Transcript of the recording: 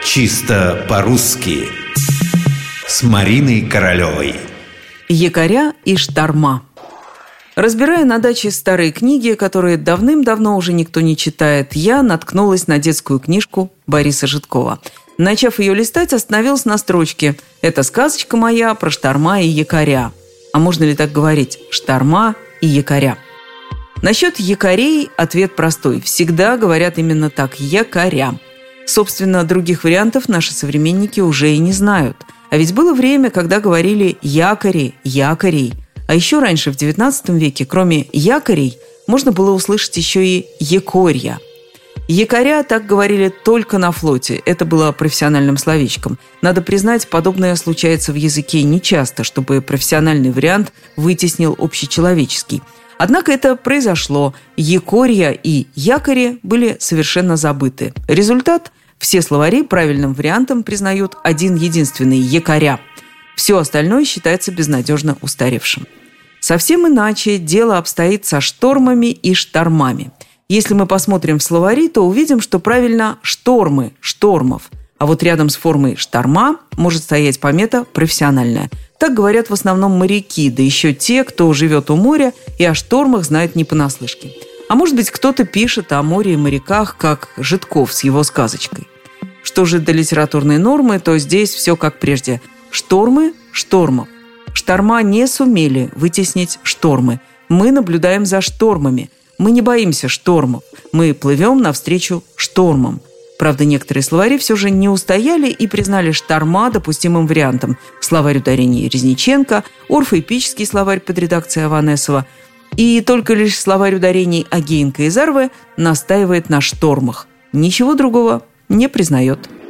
Чисто по-русски с Мариной Королевой. Якоря и шторма. Разбирая на даче старые книги, которые давным-давно уже никто не читает, я наткнулась на детскую книжку Бориса Житкова. Начав ее листать, остановилась на строчке «Это сказочка моя про шторма и якоря». А можно ли так говорить? Шторма и якоря. Насчет якорей ответ простой. Всегда говорят именно так – якоря. Собственно, других вариантов наши современники уже и не знают. А ведь было время, когда говорили «якори», «якорей». А еще раньше, в XIX веке, кроме якорей, можно было услышать еще и якорья. Якоря так говорили только на флоте. Это было профессиональным словечком. Надо признать, подобное случается в языке нечасто, чтобы профессиональный вариант вытеснил общечеловеческий. Однако это произошло. Якорья и якори были совершенно забыты. Результат – все словари правильным вариантом признают один единственный – якоря. Все остальное считается безнадежно устаревшим. Совсем иначе дело обстоит со штормами и штормами. Если мы посмотрим в словари, то увидим, что правильно штормы, штормов. А вот рядом с формой шторма может стоять помета профессиональная. Так говорят в основном моряки, да еще те, кто живет у моря и о штормах знают не понаслышке. А может быть, кто-то пишет о море и моряках, как Житков с его сказочкой. Что же до литературной нормы, то здесь все как прежде. Штормы – штормов. Шторма не сумели вытеснить штормы. Мы наблюдаем за штормами. Мы не боимся штормов. Мы плывем навстречу штормам. Правда, некоторые словари все же не устояли и признали шторма допустимым вариантом. Словарь ударений Резниченко, орфоэпический словарь под редакцией Аванесова. И только лишь словарь ударений Агеенко и Зарвы настаивает на штормах. Ничего другого не признает.